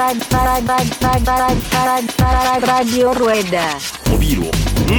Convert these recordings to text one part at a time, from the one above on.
Radio Rueda。 おビールを。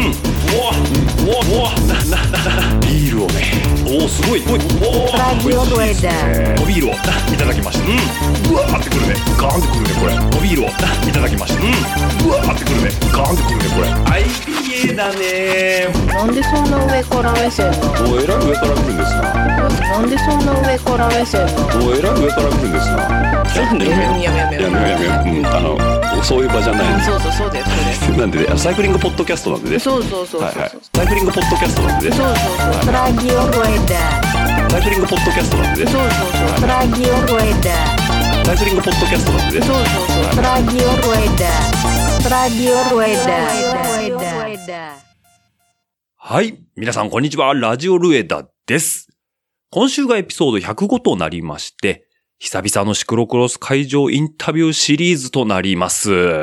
ビールをね。おおすごい。 Radio Rueda。 おビールをいただきました。うわーってくるね。ガーンってくるねこれ。おビールをいただきました。うわーってくるね。ガーンってくるねこれ。IPA だね。 なんでそんな上から目線なの？ おえらい上から来るんですな。 なんでそんな上から目線なの？ おえらい上から来るんですな。ちょっとね。やめよう。そういう場じゃない。 そうだよそれ。 なんでね、サイクリングポッドキャストなんでね。 そう。 はい。サイクリングポッドキャストなんでね。 そう。 Radio Rueda。 サイクリングポッドキャストなんでね。 そう。 Radio Rueda。 サイクリングポッドキャストなんでね。 そう。 Radio Rueda。Radio Rueda。 はい。皆さん、こんにちは。ラジオルエダです。今週がエピソード105となりまして、久々のシクロクロス会場インタビューシリーズとなります。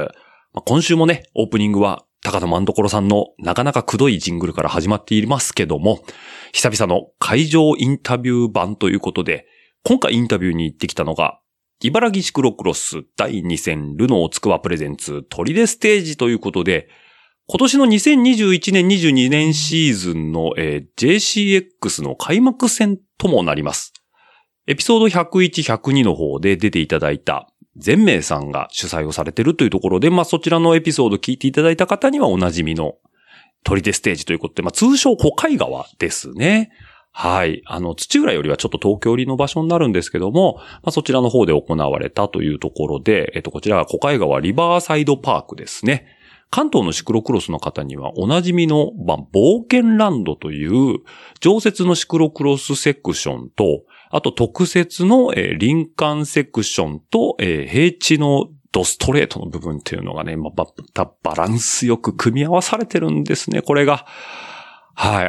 今週もね、オープニングは高野万所さんのなかなかくどいジングルから始まっていますけども、久々の会場インタビュー版ということで、今回インタビューに行ってきたのが、茨城シクロクロス第2戦ルノーつくばプレゼンツ砦ステージということで、今年の2021年22年シーズンの、JCX の開幕戦ともなります。エピソード101、102の方で出ていただいた全明さんが主催をされているというところで、そちらのエピソード聞いていただいた方にはおなじみの砦ステージということで、通称小海川ですね。はい。土浦よりはちょっと東京寄りの場所になるんですけども、そちらの方で行われたというところで、こちらは小海川リバーサイドパークですね。関東のシクロクロスの方にはおなじみの、冒険ランドという常設のシクロクロスセクションと、あと特設の、林間セクションと、平地のドストレートの部分っていうのがね、バランスよく組み合わされてるんですね、これが。はい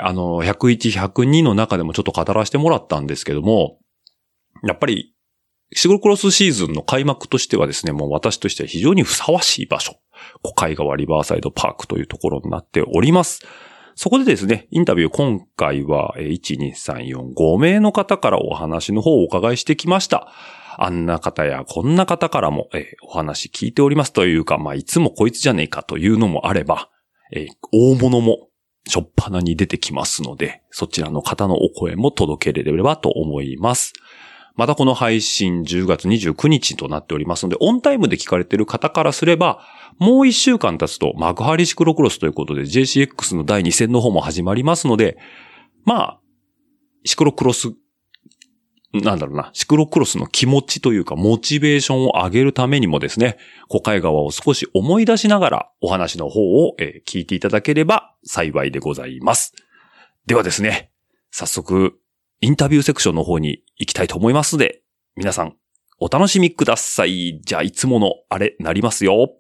、101、102の中でもちょっと語らせてもらったんですけども、やっぱり、シクロクロスシーズンの開幕としてはですね、もう私としては非常にふさわしい場所。小海川リバーサイドパークというところになっております。そこでですね、インタビュー今回は、1、2、3、4、5名の方からお話の方をお伺いしてきました。あんな方やこんな方からも、お話聞いておりますというか、いつもこいつじゃねえかというのもあれば、大物もしょっぱなに出てきますので、そちらの方のお声も届けれればと思います。またこの配信10月29日となっておりますので、オンタイムで聞かれている方からすれば、もう1週間経つと幕張シクロクロスということで JCX の第2戦の方も始まりますので、シクロクロス、シクロクロスの気持ちというかモチベーションを上げるためにもですね、小海川を少し思い出しながらお話の方を聞いていただければ幸いでございます。ではですね、早速インタビューセクションの方に行きたいと思いますので、皆さんお楽しみください。じゃあいつものあれなりますよ。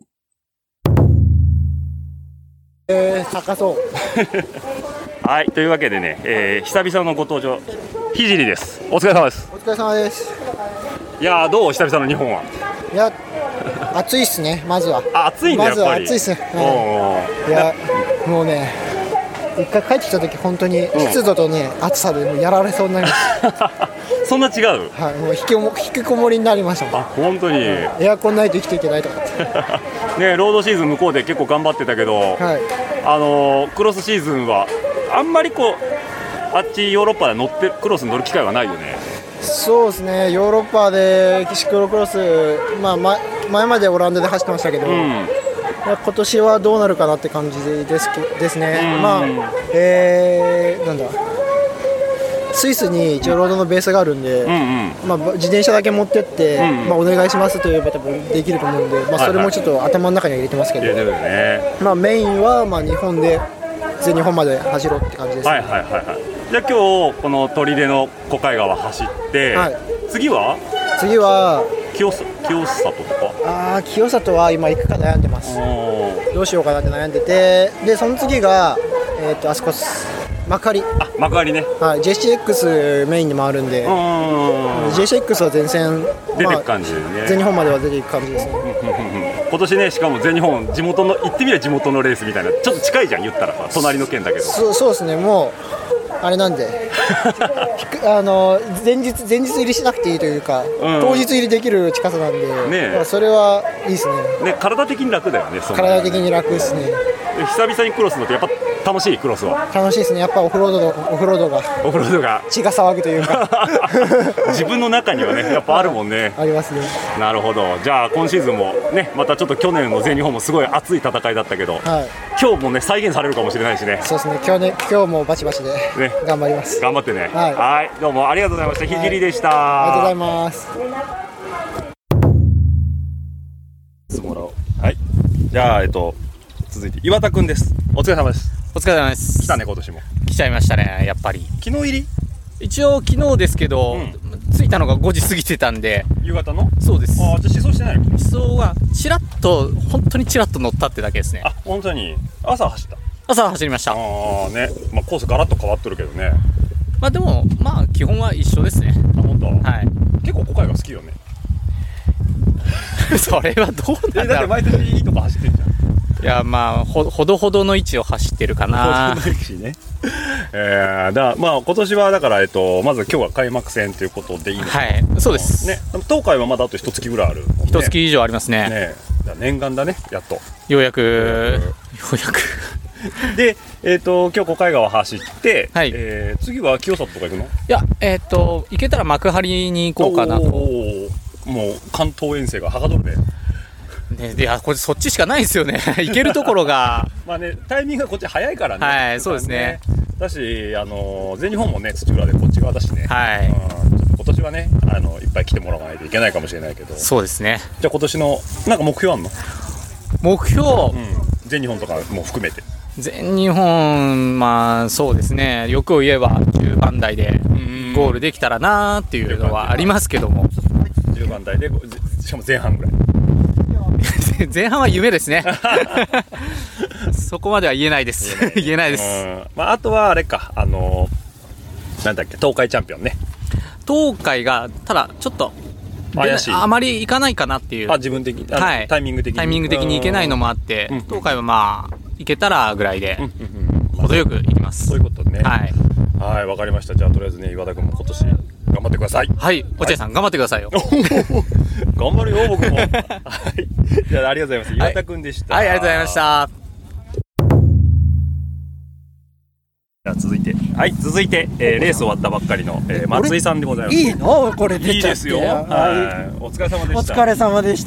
高そうはい、というわけでね、久々のご登場、ひじりです。お疲れ様です。 お疲れ様です。 いやー、どう久々の日本は。 いや、暑いっすね、まずは。 暑いんだ、やっぱり。 まずは暑いっすね。いや、もうね、一回帰ってきた時本当に湿度とね、暑さでもうやられそうになりましたそんな違う？ はい、もう引きこもりになりましたもん。 本当に、 エアコンないと生きていけないとかね、ロードシーズン向こうで結構頑張ってたけど、クロスシーズンはあんまりあっちヨーロッパでクロスに乗る機会はないよね。 そうですね、ヨーロッパでシクロクロス、前までオランダで走ってましたけど、今年はどうなるかなって感じですね。スイスに一応ロードのベースがあるんで、自転車だけ持ってって、お願いしますと言えば多分できると思うんで、それもちょっと頭の中には入れてますけど、メインは日本で全日本まで走ろうって感じです、ね。 じゃあ今日この砦の小海川走って、次は清里とか。 清里は今行くか悩んでます。どうしようかなって悩んでて、でその次があそこ幕張。 幕張ね。 JCX メインに回るんで、JCX は全線出ていく感じでね。 全日本までは出ていく感じですね。 今年ね、しかも全日本行ってみれば地元のレースみたいな、ちょっと近いじゃん言ったらさ、隣の県だけど。 そうですね、もうあれなんで前日入りしなくていいというか、当日入りできる近さなんで、まあ、それはいいですね。 体的に楽だよね。 体的に楽ですね。 久々にクロス乗ってやっぱ楽しい。クロスは楽しいですね。やっぱオフロードが血が騒ぐというか自分の中にはねやっぱあるもんね。 ありますね。 なるほど。じゃあ今シーズンもねまたちょっと去年の全日本もすごい熱い戦いだったけど、はい、今日もね再現されるかもしれないしね。 そうですね。今日もバチバチで、ね、頑張ります。 頑張ってね。はい、どうもありがとうございました。ひじりでした、 ありがとうございます。 はい。じゃあ続いて岩田くんです。お疲れ様です。 お疲れ様です。 来たね今年も。 来ちゃいましたねやっぱり。 昨日入り？ 一応昨日ですけど、着いたのが5時過ぎてたんで。 夕方の？ そうです。 ああ、じゃあ思想してないの？ 思想はチラッと本当にチラッと乗ったってだけですね。 あ、本当に。朝走った？ 朝走りました。 ああね、まあコースガラッと変わっとるけどね。 まあでもまあ基本は一緒ですね。 あ、本当？ はい。 結構小海が好きよね。 それはどうなんだろう。 だって毎年いいとこ走ってんじゃん。 いやまあほどほどの位置を走ってるかな。 ほどの位置ね。まあ今年はだからまず今日は開幕戦ということでいいのかな。 はい。そうです。 ね。東海はまだあと1月ぐらいあるもんね。 1月以上ありますね。 ね。念願だねやっと。 ようやく。 で今日小海川走って、 はい、 次は清里とか行くの？いや行けたら幕張に行こうかなと。 もう関東遠征がはかどるね。 いやこれそっちしかないですよね行けるところがまあねタイミングがこっち早いからね。 はい、そうですね。 だし全日本もね土浦でこっち側だしね。 はい。 今年はねいっぱい来てもらわないといけないかもしれないけど。 そうですね。 じゃあ今年のなんか目標あんの？ 目標、 全日本とかも含めて。 全日本まあそうですね。欲を言えば10番台でゴールできたらなーっていうのはありますけども。 10番台でしかも前半ぐらい。 前半は夢ですねそこまでは言えないです言えないです。 まあ、あとはあれかなんだっけ東海チャンピオンね。 東海がただちょっと怪しい。 あまりいかないかなっていう。 自分的に、 はい、 タイミング的にいけないのもあって、東海はまあいけたらぐらいで程よくいきます。 そういうことね。 はいはい、わかりました。じゃあとりあえずね岩田君も今年頑張ってください。 はい、落合さん頑張ってくださいよ頑張るよ僕もはい、じゃあありがとうございます。岩田君でした。 はい、ありがとうございました。 続いて、レース終わったばっかりの、松井さんでございます。 いいのこれ出ちゃって。 いいですよ。はい。お疲れ様でした。 お疲れ様でした。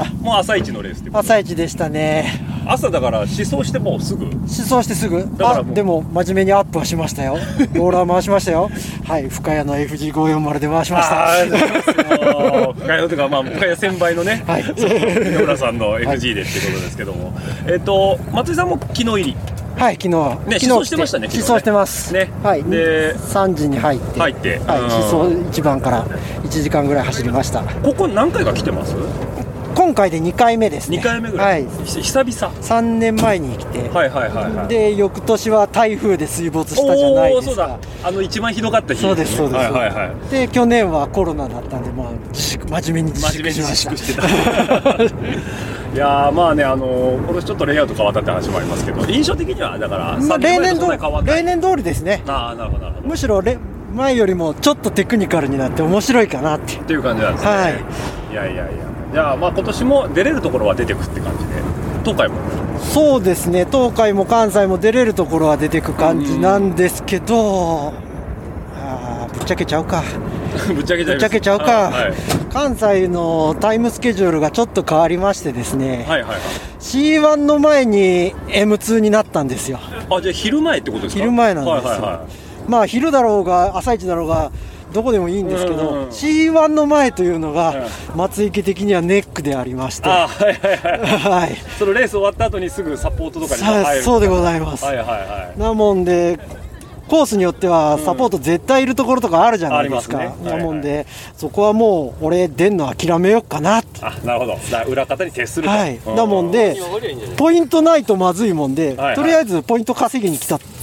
もう朝一のレースってこと？ 朝一でしたね。 朝だから思想してもうすぐ。 思想してすぐ。でも真面目にアップはしましたよ。ローラー回しましたよ。はい、深谷の FG540 で回しました。 深谷とかまあ深谷1000倍のね。はい。野村さんの FG でってことですけども、松井さんも昨日入り。 はい、昨日ね、 思想してましたね。 思想してますね。はい。で3時に入って、はい、思想1番から1時間ぐらい走りました。 ここ何回か来てます？ 今回で2回目ですね。 2回目ぐらい。はい。久々。 3年前に来て。 はいはいはいはい。 で翌年は台風で水没したじゃないですか。 そうだ。一番ひどかった日。 そうですそうです。 はいはいはい。 で去年はコロナだったんでまあ真面目に自粛しました。 真面目に自粛してた。いやまあね今年ちょっとレイアウト変わったって話もありますけど、印象的にはだから例年通りですね。 ああなるほどなるほど。 むしろ前よりもちょっとテクニカルになって面白いかなっていう感じなんですね。はい。いやじゃあまあ今年も出れるところは出てくって感じで。東海もそうですね。東海も関西も出れるところは出てく感じなんですけど、ぶっちゃけちゃうかぶっちゃけちゃうか、はい、関西のタイムスケジュールがちょっと変わりましてですね、はいはいはい、C1 の前に M2 になったんですよ。 じゃあ昼前ってことですか？昼前なんですよ、はいはいはい、まあ昼だろうが朝一だろうがどこでもいいんですけど、C1 の前というのが松池的にはネックでありまして、はいはいはいはい、 そのレース終わった後にすぐサポートとかに入る。 そうでございます、はいはいはい、なもんでコースによってはサポート絶対いるところとかあるじゃないですか、ね、なもんで、はいはい、そこはもう俺出んの諦めようかなと。 なるほど。裏方に徹すると、はい、 なもんでポイントないとまずいもんで、はいはい、とりあえずポイント稼ぎに来た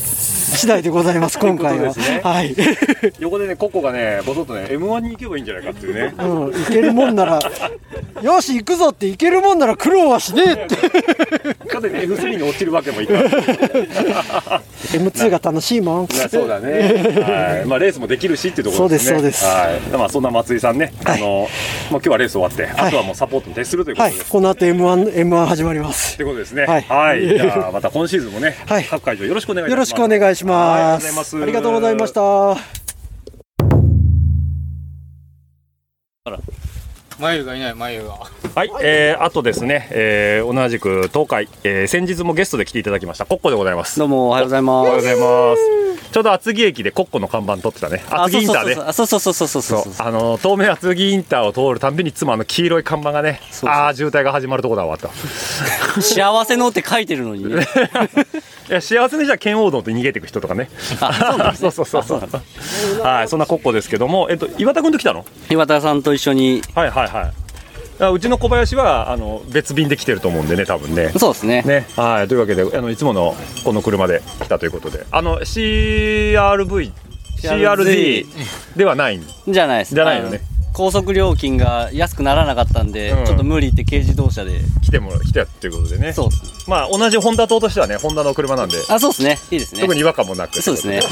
次第でございます今回は。はい。 横でねココがねボソッとね M1 に行けばいいんじゃないかっていうね。 行けるもんならよし行くぞって行けるもんなら苦労はしねえって。 かといって F3 に落ちるわけもいかない。 M2 が楽しいもん。 そうだね。はい。まあレースもできるしっていうところですね。 そうですそうです。 はい。まあそんな松井さんね、もう今日はレース終わって、あとはもうサポートに徹するということです。 この後 M1 始まります。 ということですね。はい。じゃあまた今シーズンもね、各会場よろしくお願いします。 よろしくお願いします。ありがとうございました。 眉がいない眉が。 はい、あとですね、同じく東海、先日もゲストで来ていただきましたコッコでございます。 どうもおはようございます。 おはようございます。ちょうど厚木駅でコッコの看板撮ってたね。厚木インターで。 そう東名厚木インターを通るたんびにいつも黄色い看板がね、渋滞が始まるとこだわと。 幸せのって書いてるのにね。 いや幸せにじゃ圏央道って逃げていく人とかね。そうそう。はい、そんなコッコですけども、岩田君と来たの？ 岩田さんと一緒に。 はい。うちの小林は別便で来てると思うんでね、多分ね。 そうですね。 ね、はい、というわけでいつものこの車で来たということで、CRD ではないんじゃないです。 じゃないよね。 高速料金が安くならなかったんで、ちょっと無理って軽自動車で来たっていうことでね。 そうです。 まあ同じホンダ党としてはね、ホンダの車なんで。 そうですね。いいですね。 特に違和感もなく。 そうですね。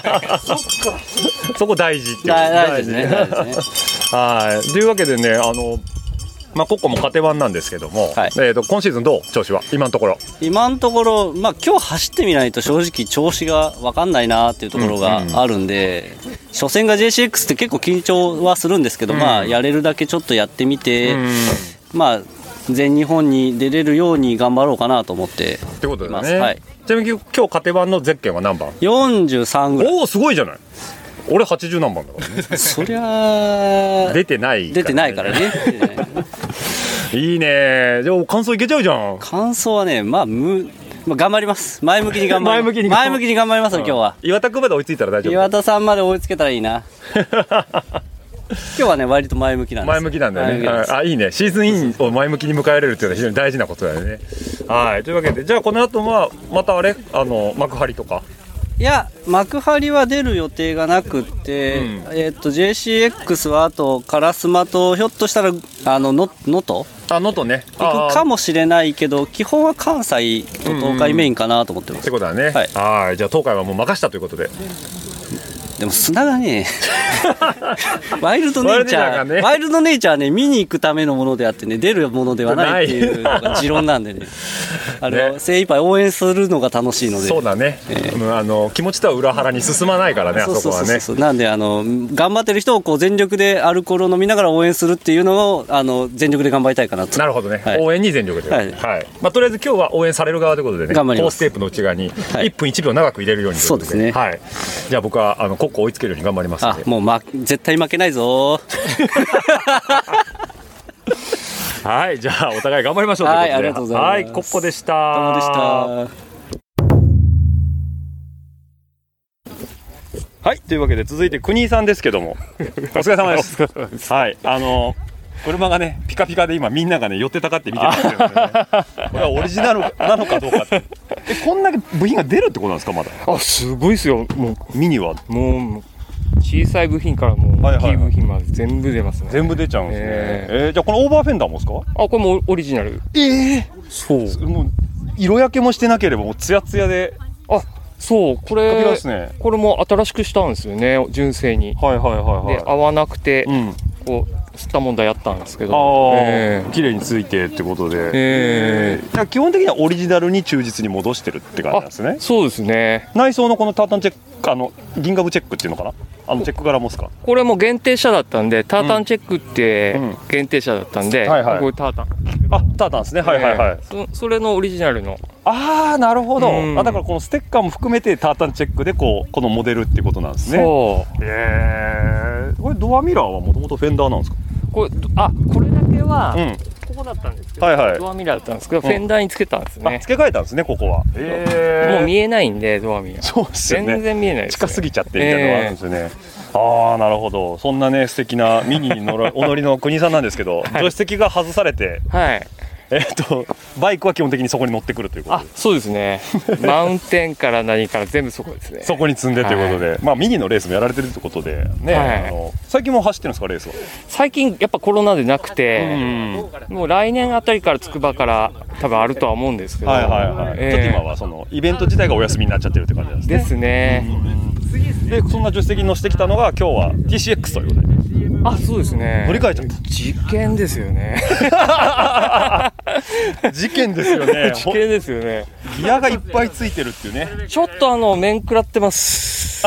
そこ大事っていう。 大事ですね。 はい。というわけでね、コッコもカテワンなんですけども、今シーズンどう調子は今のところ？ 今のところ、今日走ってみないと正直調子が分かんないなっていうところがあるんで、初戦が JCX って結構緊張はするんですけど、やれるだけちょっとやってみて、全日本に出れるように頑張ろうかなと思っています。 ってことだね。はい。ちなみに今日カテワンのゼッケンは何番 ？43ぐらい。 おお、すごいじゃない。俺80何番だからね。 そりゃ出てないからね。 いいね。じゃあ感想いけちゃうじゃん。 感想はね、頑張ります。前向きに頑張ります。前向きに頑張りますよ、今日は。 岩田君まで追いついたら大丈夫。 岩田さんまで追いつけたらいいな。今日はね、割と前向きなんです。 前向きなんだよね。いいね。シーズンインを前向きに迎えられるっていうのは非常に大事なことだよね。はい。というわけで、じゃあこの後はまた幕張とか。 いや、幕張は出る予定がなくって、JCX はあと烏丸とひょっとしたら能登能登ね行くかもしれないけど、基本は関西と東海メインかなと思ってます。 ってことだね。はい。じゃあ東海はもう任したということで。 でも砂がねワイルドネイチャーはね見に行くためのものであってね、出るものではないっていうのが持論なんでね精一杯応援するのが楽しいので。 そうだね、気持ちとは裏腹に進まないからね、あそこはね。 なんで頑張ってる人を全力でアルコールを飲みながら応援するっていうのを全力で頑張りたいかなと。 なるほどね、応援に全力で。とりあえず今日は応援される側ということでね、コーステープの内側に1分1秒長く入れるように。 そうですね。 じゃあ僕はコッコ追いつけるように頑張りますので。 もう絶対負けないぞはい、じゃあお互い頑張りましょうということで。 ありがとうございます。 はい、コッコでした。 どうもでした。 はい、というわけで続いて国井さんですけどもお疲れ様です。はい、車がねピカピカで今みんながね寄ってたかって見てますけどねこれはオリジナルなのかどうかってこんだけ部品が出るってことなんですか？まだすごいですよ。もうミニはもう小さい部品からもう大きい部品まで全部出ますね。 全部出ちゃうんですね。じゃあこのオーバーフェンダーもですか？ これもオリジナル。 そうもう色焼けもしてなければもうツヤツヤで。 そうこれも新しくしたんですよね、純正に。で合わなくて、こう吸ったもんだやったんですけど、 綺麗についてってことで、基本的にはオリジナルに忠実に戻してるって感じなんですね。 そうですね。 内装のこのタータンチェック、銀ガムチェックっていうのかな、チェック柄もですか？ これも限定車だったんで、タータンチェックって限定車だったんで、これタータン。 タータンですね。 それのオリジナルの。 なるほど。だからこのステッカーも含めてタータンチェックでこのモデルっていうことなんですね。 そう。 これドアミラーはもともとフェンダーなんですか？ これだけはここだったんですけど、ドアミラーだったんですけど、フェンダーにつけたんですね。 付け替えたんですね、ここは。 もう見えないんで、ドアミラー。 そうですね。 全然見えないです。 近すぎちゃってみたいなのがあるんですよね。なるほど。そんなね素敵なミニにお乗りの国さんなんですけど、助手席が外されて、 バイクは基本的にそこに乗ってくるということで。 そうですね。マウンテンから何から全部そこですね。 そこに積んでということで、まあミニのレースもやられてるということでね、最近も走ってるんですか、レースは。 最近やっぱコロナでなくて、もう来年あたりから筑波から多分あるとは思うんですけど、 ちょっと今はそのイベント自体がお休みになっちゃってるって感じなんですね。 ですね。 でそんな助手席に乗せてきたのが今日は TCX ということで。 そうですね。 乗り換えちゃった。 事件ですよね。 事件ですよね。 事件ですよね。 ギアがいっぱいついてるっていうね。 ちょっと面食らってます。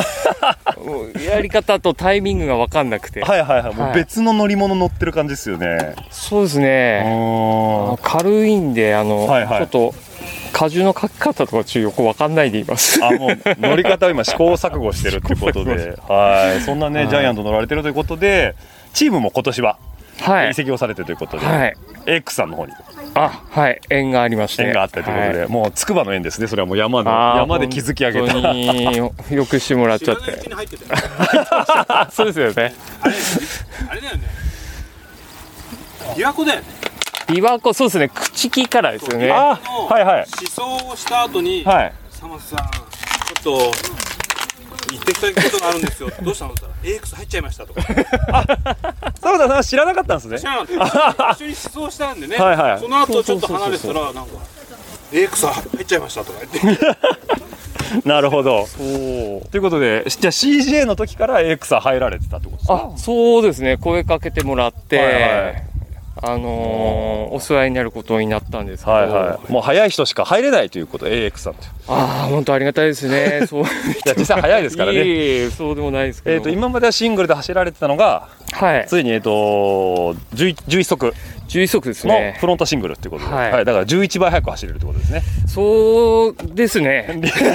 やり方とタイミングが分かんなくて。 もう別の乗り物乗ってる感じですよね。 そうですね。軽いんでちょっと荷重の書き方とかよく分かんないでいます。 もう乗り方を今試行錯誤してるってことで、そんなねジャイアント乗られてるということで、チームも今年は移籍をされてということで、AX さんの方に縁がありまして、 縁があったということで、もう筑波の縁ですね。それはもう山で築き上げた。 本当によくしてもらっちゃって。そうですよね。 あれだよね。琵琶湖だよね。 琵琶湖、そうですね。朽木からですよね。 思想をした後に、さまさんちょっと言ってきたいことがあるんですよ。どうしたのって言ったら AX 入っちゃいましたとか。 そうだ、知らなかったんですね。 知らなかった。一緒に思想したんでね。その後ちょっと離れてたらなんか AX 入っちゃいましたとか言って。 なるほど。ということで、じゃあ CJ の時から AX は入られてたってことですか。 そうですね。声かけてもらって。お世話になることになったんですけど、 もう早い人しか入れないということで AX さんと。 本当ありがたいですね。そう。 実際早いですからね。 そうでもないですけど。 今まではシングルで走られてたのが、ついに11速。 11速ですね。 のフロントシングルっていうことで、だから11倍速く走れるってことですね。 そうですね。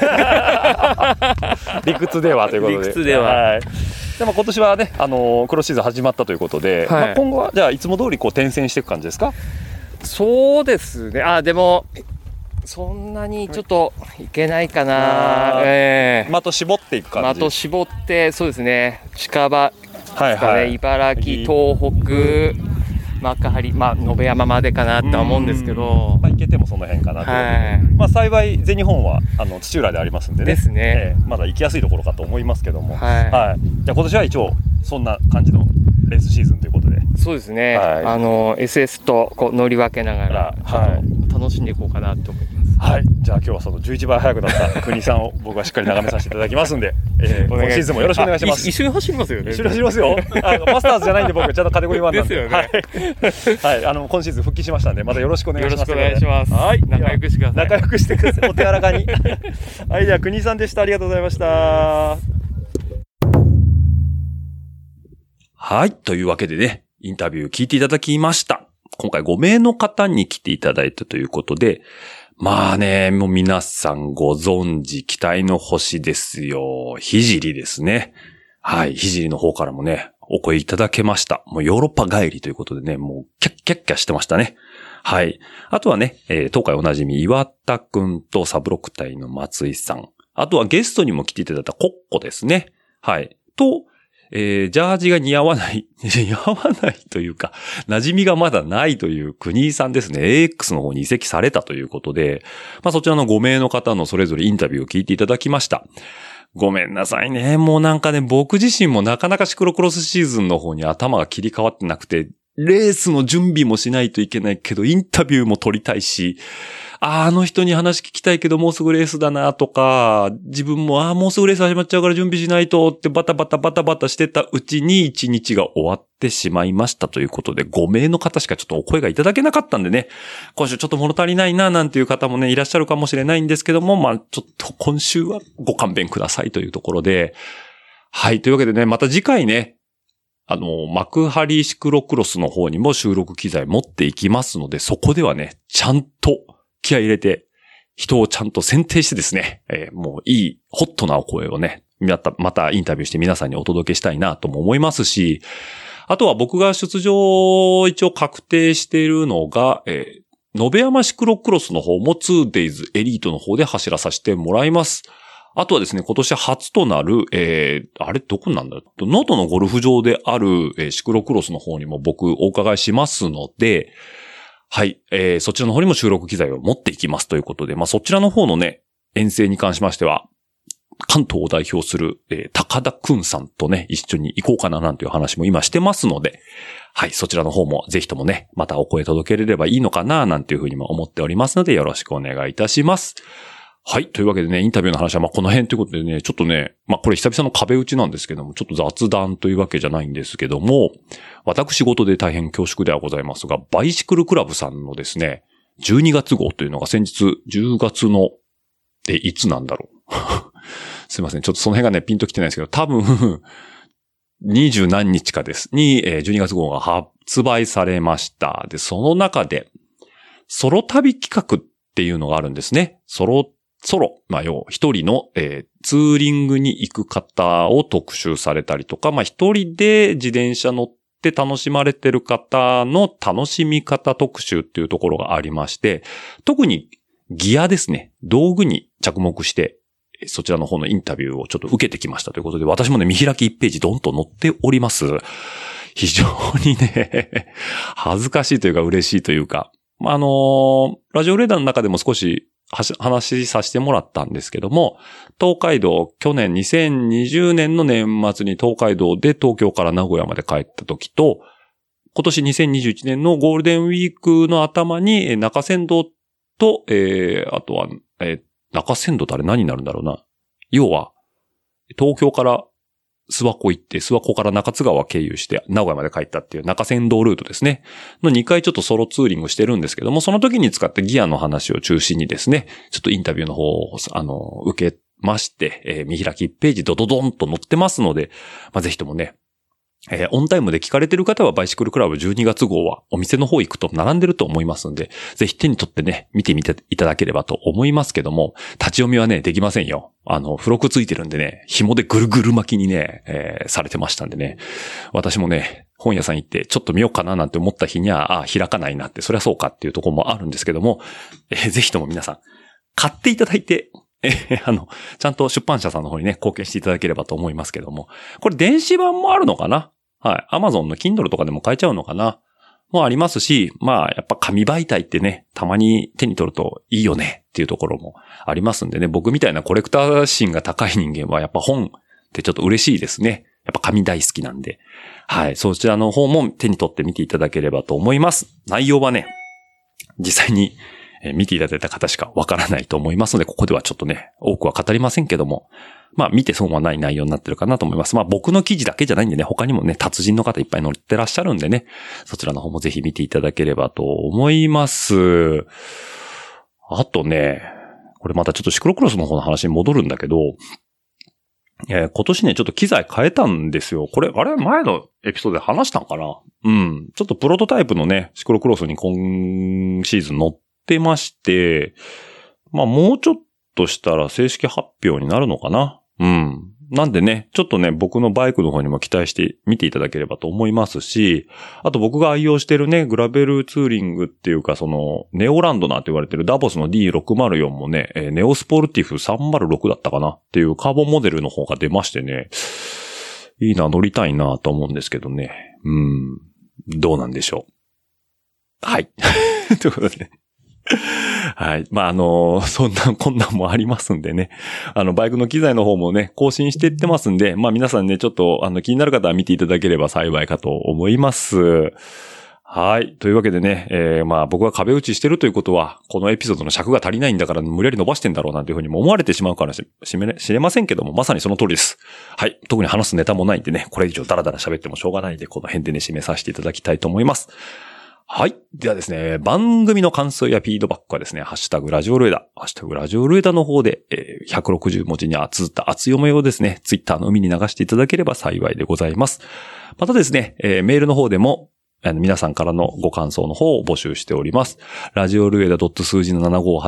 理屈ではということで。 理屈では。 でも今年はね、クロスシーズン始まったということで、今後はじゃあいつも通り転戦していく感じですか。 そうですね。でもそんなにちょっといけないかな。 的絞っていく感じ。 的絞って、そうですね。近場ですかね。茨城、東北、幕張、延山までかなとは思うんですけど、 行けてもその辺かなと。幸い全日本は土浦でありますんでね。 ですね。 まだ行きやすいところかと思いますけども、じゃあ今年は一応そんな感じのレースシーズンということで。 そうですね。SS と乗り分けながら楽しんでいこうかなと思います。 じゃあ今日はその11倍速くなった国さんを僕はしっかり眺めさせていただきますんで、今シーズンもよろしくお願いします。 一緒に走りますよね。 一緒に走りますよ。マスターズじゃないんで僕はちゃんとカテゴリー1なんで。ですよね。今シーズン復帰しましたんで、またよろしくお願いします。 よろしくお願いします。仲良くしてください。 仲良くしてください。お手柔らかに。では国さんでした。ありがとうございました。 というわけでね、インタビュー聞いていただきました。今回5名の方に来ていただいたということで、もう皆さんご存知、期待の星ですよ。聖ですね。聖の方からもね、お声いただけました。もうヨーロッパ帰りということでね、もうキャッキャッキャしてましたね。あとはね、当回おなじみ岩田くんとサブロク隊の松井さん。あとはゲストにも来ていただいたコッコですね。と、ジャージが似合わないというか、馴染みがまだないという国井さんですね。AX の方に移籍されたということで、そちらの5名の方のそれぞれインタビューを聞いていただきました。ごめんなさいね。もうなんかね、僕自身もなかなかシクロクロスシーズンの方に頭が切り替わってなくて、レースの準備もしないといけないけど、インタビューも取りたいし、あの人に話聞きたいけどもうすぐレースだなとか、自分ももうすぐレース始まっちゃうから準備しないとってバタバタしてたうちに1日が終わってしまいましたということで、5名の方しかちょっとお声がいただけなかったんでね、今週ちょっと物足りないななんていう方もね、いらっしゃるかもしれないんですけども、ちょっと今週はご勘弁くださいというところで、というわけでね、また次回ね、幕張シクロクロスの方にも収録機材持っていきますので、そこではね、ちゃんと気合い入れて、人をちゃんと選定してですね、もういい、ホットなお声をね、またインタビューして皆さんにお届けしたいなとも思いますし、あとは僕が出場一応確定しているのが、延山シクロクロスの方も 2days エリートの方で走らさせてもらいます。あとはですね、今年初となる、どこなんだろう、能登のゴルフ場である、シクロクロスの方にも僕お伺いしますので、 はい。そちらの方にも収録機材を持っていきますということで、そちらの方のね、遠征に関しましては、関東を代表する、高田くんさんとね、一緒に行こうかななんていう話も今してますので、はい、そちらの方もぜひともね、またお声届けれればいいのかななんていうふうにも思っておりますので、よろしくお願いいたします。はい。というわけでね、インタビューの話はこの辺ということでね、ちょっとね、これ久々の壁打ちなんですけども、ちょっと雑談というわけじゃないんですけども、私事で大変恐縮ではございますが、バイシクルクラブさんのですね、12月号というのが先日、10月の、いつなんだろう。すいません。ちょっとその辺がね、ピンときてないですけど、多分、20何日かです。に、12月号が発売されました。で、その中で、ソロ旅企画っていうのがあるんですね。ソロ、要、一人の、ツーリングに行く方を特集されたりとか、一人で自転車乗って楽しまれてる方の楽しみ方特集っていうところがありまして、特にギアですね。道具に着目して、そちらの方のインタビューをちょっと受けてきましたということで、私もね、見開き1ページドンと載っております。非常にね、恥ずかしいというか嬉しいというか、ラジオレーダーの中でも少し話させてもらったんですけども、東海道、去年2020年の年末に東海道で東京から名古屋まで帰った時と、今年2021年のゴールデンウィークの頭に中山道と、あとは、中山道ってあれ何になるんだろうな。要は、東京から諏訪湖行って、諏訪湖から中津川経由して名古屋まで帰ったっていう中山道ルートですね。の2回ちょっとソロツーリングしてるんですけども、その時に使ったギアの話を中心にですね、ちょっとインタビューの方を、受けまして、見開き1ページドドドンと載ってますので、ぜひともね、オンタイムで聞かれてる方はバイシクルクラブ12月号はお店の方行くと並んでると思いますので、ぜひ手に取ってね、見てみていただければと思いますけども、立ち読みはね、できませんよ。付録ついてるんでね、紐でぐるぐる巻きにね、されてましたんでね、私もね、本屋さん行ってちょっと見ようかななんて思った日には、開かないなって、そりゃそうかっていうところもあるんですけども、ぜひとも皆さん、買っていただいて、ちゃんと出版社さんの方にね、貢献していただければと思いますけども、これ電子版もあるのかな？はい。Amazon の Kindle とかでも買えちゃうのかな？もありますし、やっぱ紙媒体ってね、たまに手に取るといいよねっていうところもありますんでね、僕みたいなコレクター心が高い人間はやっぱ本ってちょっと嬉しいですね。やっぱ紙大好きなんで。はい。そちらの方も手に取って見ていただければと思います。内容はね、実際に見ていただいた方しかわからないと思いますので、ここではちょっとね、多くは語りませんけども、見て損はない内容になってるかなと思います。僕の記事だけじゃないんでね、他にもね、達人の方いっぱい載ってらっしゃるんでね、そちらの方もぜひ見ていただければと思います。あとね、これまたちょっとシクロクロスの方の話に戻るんだけど、今年ね、ちょっと機材変えたんですよ。これ、前のエピソードで話したんかな？ちょっとプロトタイプのね、シクロクロスに今シーズン乗ってまして、もうちょっとしたら正式発表になるのかな？なんでね、ちょっとね、僕のバイクの方にも期待して見ていただければと思いますし、あと僕が愛用してるね、グラベルツーリングっていうか、ネオランドナーと言われてるダボスの D604 もね、ネオスポルティフ306だったかなっていうカーボンモデルの方が出ましてね、いいな、乗りたいなと思うんですけどね。どうなんでしょう。はい。ということでね。はい。そんなこんなんもありますんでね。バイクの機材の方もね、更新していってますんで、皆さんね、ちょっと、気になる方は見ていただければ幸いかと思います。はい。というわけでね、僕が壁打ちしてるということは、このエピソードの尺が足りないんだから無理やり伸ばしてんだろうなんていうふうにも思われてしまうからしれませんけども、まさにその通りです。はい。特に話すネタもないんでね、これ以上ダラダラ喋ってもしょうがないんで、この辺でね、締めさせていただきたいと思います。はい。ではですね、番組の感想やフィードバックはですね、ハッシュタグラジオルエダ、ハッシュタグラジオルエダの方で、160文字に綴った熱読めをですね、ツイッターの海に流していただければ幸いでございます。またですね、メールの方でも、皆さんからのご感想の方を募集しております。ラジオルエダ数字の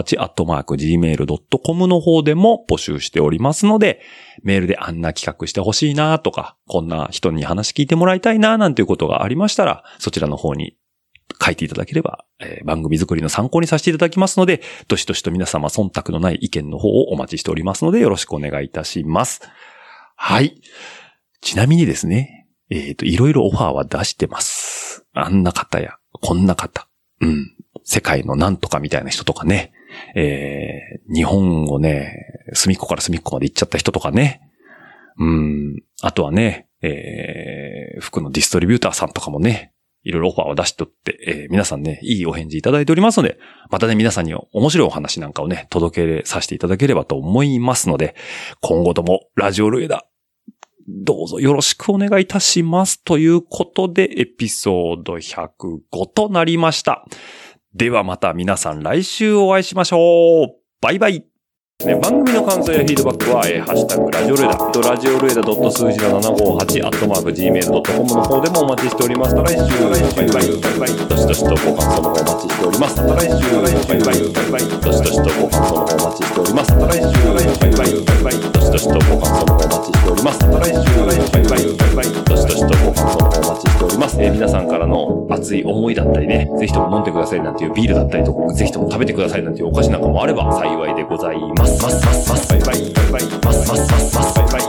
758@gmail.com の方でも募集しておりますので、メールであんな企画してほしいなとか、こんな人に話聞いてもらいたいななんていうことがありましたら、そちらの方に書いていただければ、番組作りの参考にさせていただきますので、どしどしと皆様忖度のない意見の方をお待ちしておりますので、よろしくお願いいたします。はい。ちなみにですね、いろいろオファーは出してます。あんな方や、こんな方。 世界のなんとかみたいな人とかね、日本をね、隅っこから隅っこまで行っちゃった人とかね、あとはね、服のディストリビューターさんとかもね、いろいろオファーを出しておって、皆さんね、いいお返事いただいておりますので、またね、皆さんに面白いお話なんかをね、届けさせていただければと思いますので、今後ともラジオルエダ、どうぞよろしくお願いいたします。ということで、エピソード105となりました。ではまた皆さん来週お会いしましょう。バイバイ。番組の感想やフィードバックは、ハッシュタグラジオルエダ、ラジオルエダ数字の758 @gmail.com の方でもお待ちしております。来週、バイバイ、バイバイ、どしどしとご感想の方お待ちしております。来週、バイバイ、バイバイ、どしどしとご感想の方お待ちしております。来週、バイバイ、バイバイ、どしどしとご感想の方お待ちしております。来週、バイバイ、バイバイ、どしどしとご感想の方お待ちしております。皆さんからの熱い思いだったりね、ぜひとも飲んでくださいなんていうビールだったりとか、ぜひとも食べてくださいなんていうお菓子なんかもあれば幸いでございます。バイバイ、バイバイ、バイバイ、バイバイ。